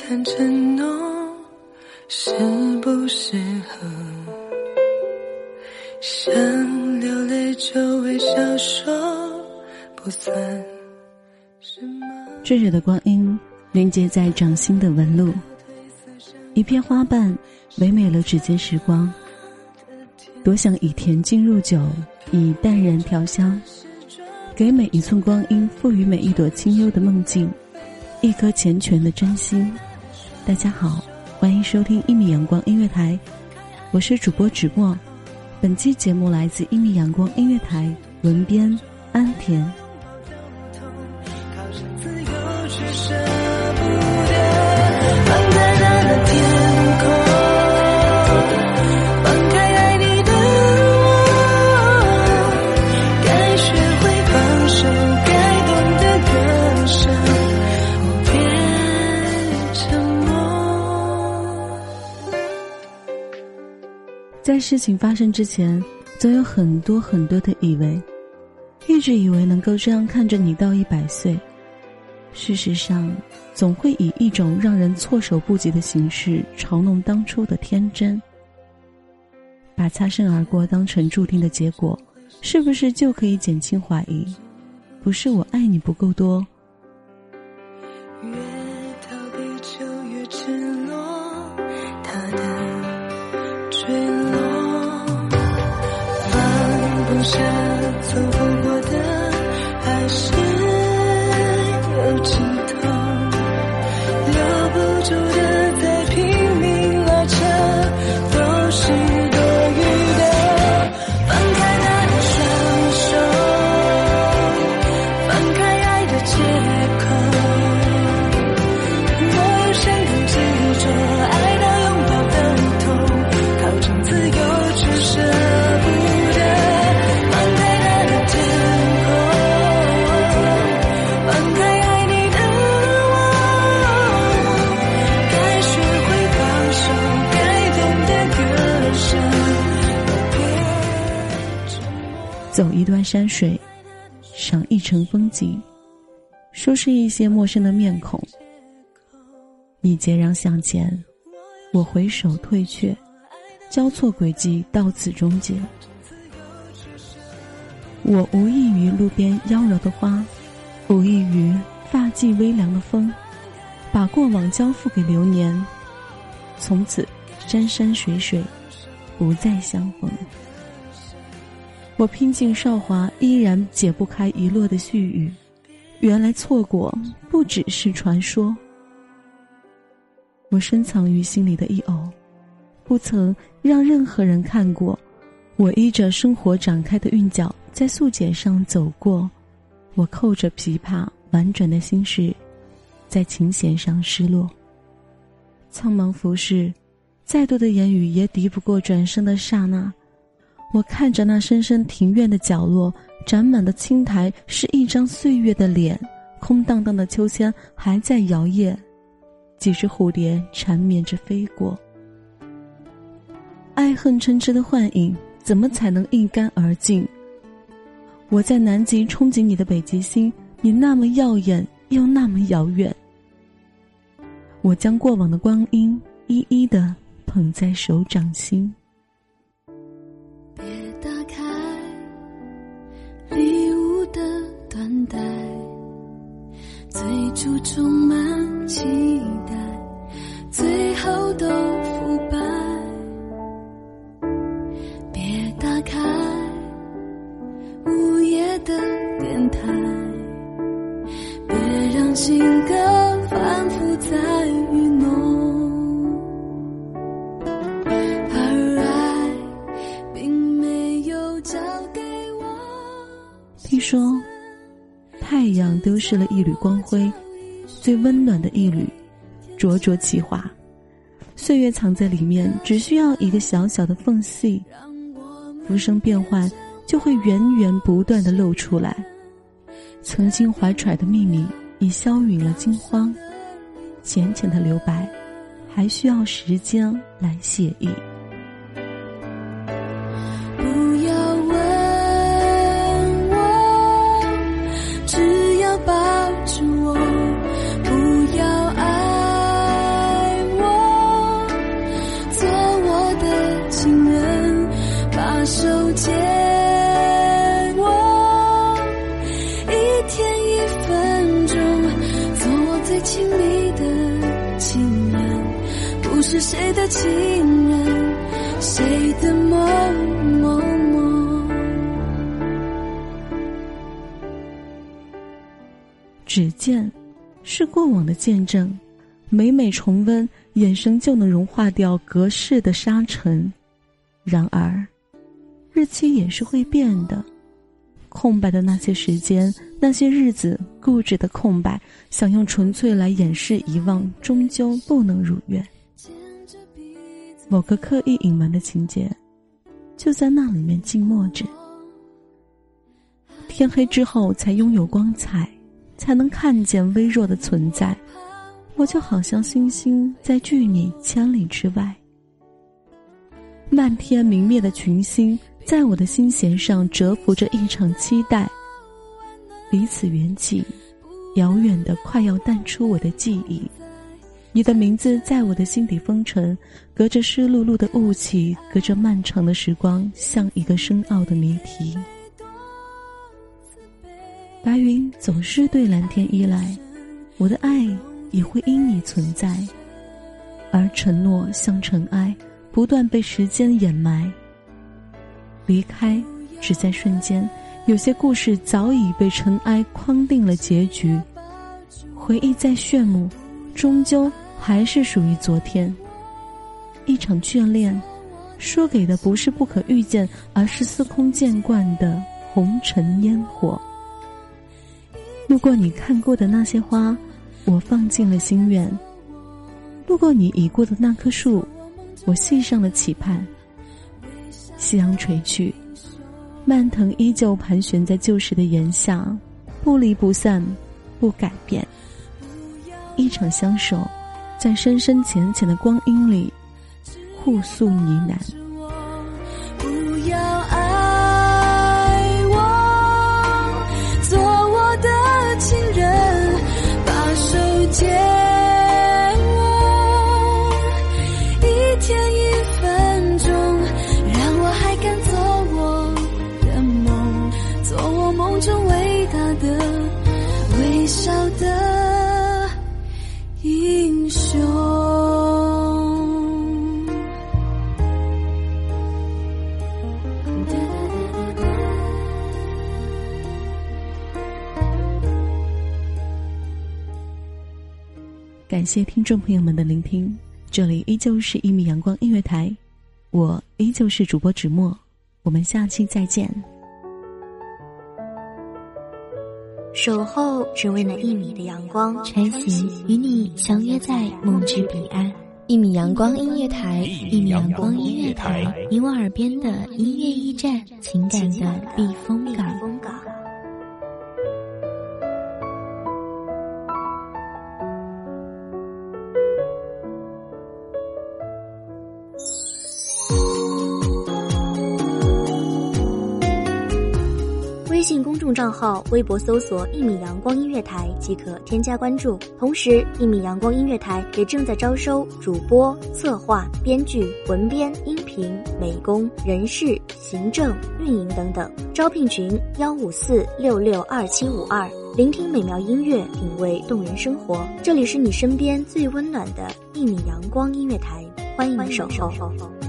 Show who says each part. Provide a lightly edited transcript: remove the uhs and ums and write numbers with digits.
Speaker 1: 谈承诺适不适合，想流泪就微笑说不算什么。
Speaker 2: 炙热的光阴凝结在掌心的纹路，一片花瓣唯美了指尖时光。多想以甜精入酒，以淡然调香，给每一寸光阴赋予每一朵清幽的梦境，一颗缱绻的真心。大家好，欢迎收听1米阳光音乐台，我是主播芷墨。本期节目来自1米阳光音乐台，文编安田。在事情发生之前，总有很多的以为，一直以为能够这样看着你到100岁，事实上总会以一种让人措手不及的形式嘲弄当初的天真。把擦身而过当成注定的结果，是不是就可以减轻怀疑？不是我爱你不够多，
Speaker 1: 越逃避就越赤裸，他的坠落放不下走不过的还是有尽头，留不住的再拼命拉扯都是多余的。放开他的双手，放开爱的借口，我有想更执着爱到拥抱的痛，靠近自由却舍不得。放开他的天空，放开爱你的我，该学会放手，该懂得割舍，别沉默。
Speaker 2: 走一段山水，赏一程风景，熟识一些陌生的面孔。你截然向前，我回首退却，交错轨迹到此终结。我无异于路边妖娆的花，无异于发髻微凉的风，把过往交付给流年，从此山山水水不再相逢。我拼尽韶华，依然解不开遗落的絮语，原来错过不只是传说。我深藏于心里的一偶，不曾让任何人看过。我依着生活展开的韵脚，在素笕上走过。我扣着琵琶婉转的心事，在琴弦上失落。苍茫浮世，再多的言语也抵不过转身的刹那。我看着那深深庭院的角落，展满的青苔是一张岁月的脸，空荡荡的秋千还在摇曳，几只蝴蝶缠绵着飞过。爱恨嗔痴的幻影，怎么才能一干而尽？我在南极憧憬你的北极星，你那么耀眼又那么遥远。我将过往的光阴一一地捧在手掌心。
Speaker 3: 别打开礼物的缎带，最初充满期待，最后都腐败。别打开午夜的电台，别让情歌反复在愚弄，而爱并没有交给我。
Speaker 2: 听说太阳丢失了一缕光辉，最温暖的一缕灼灼其华。岁月藏在里面，只需要一个小小的缝隙，浮生变幻就会源源不断地露出来。曾经怀揣的秘密已消陨了惊慌，浅浅的留白还需要时间来写意。
Speaker 3: 不要问我，只要抱住我，不要爱情里的情人，不是谁的情人，谁的某某某。
Speaker 2: 只见是过往的见证，每每重温，眼神就能融化掉隔世的沙尘。然而日期也是会变的，空白的那些时间，那些日子，固执的空白，想用纯粹来掩饰遗忘，终究不能如愿。某个刻意隐瞒的情节就在那里面静默着。天黑之后才拥有光彩，才能看见微弱的存在。我就好像星星在距你千里之外，漫天明灭的群星在我的心弦上蛰伏着一场期待，彼此缘起，遥远的快要淡出我的记忆。你的名字在我的心底封尘，隔着湿漉漉的雾气，隔着漫长的时光，像一个深奥的谜题。白云总是对蓝天依赖，我的爱也会因你存在，而承诺像尘埃，不断被时间掩埋。离开只在瞬间，有些故事早已被尘埃框定了结局。回忆再炫目，终究还是属于昨天。一场眷恋，说给的不是不可遇见，而是司空见惯的红尘烟火。路过你看过的那些花，我放进了心愿；路过你已过的那棵树，我系上了期盼。夕阳垂去，蔓藤依旧盘旋在旧时的檐下，不离不散，不改变。一场相守，在深深浅浅的光阴里互诉呢喃。
Speaker 3: 不要爱我，做我的情人，把手借我，一天一分钟，让我还敢做我的梦，做我梦中伟大的微笑的英雄。
Speaker 2: 感谢听众朋友们的聆听，这里依旧是1米阳光音乐台，我依旧是主播芷墨，我们下期再见。
Speaker 4: 守候只为那1米的阳光，晨曦与你相约在梦之彼岸。1米阳光音乐台，1米阳光音乐台，你我耳边的音乐驿站，情感的避风港。微信公众账号、微博搜索1米阳光音乐台即可添加关注。同时，1米阳光音乐台也正在招收主播、策划、编剧、文编、音频、美工、人事、行政、运营等等。招聘群154662752。聆听美妙音乐，品味动人生活。这里是你身边最温暖的1米阳光音乐台，欢迎守候。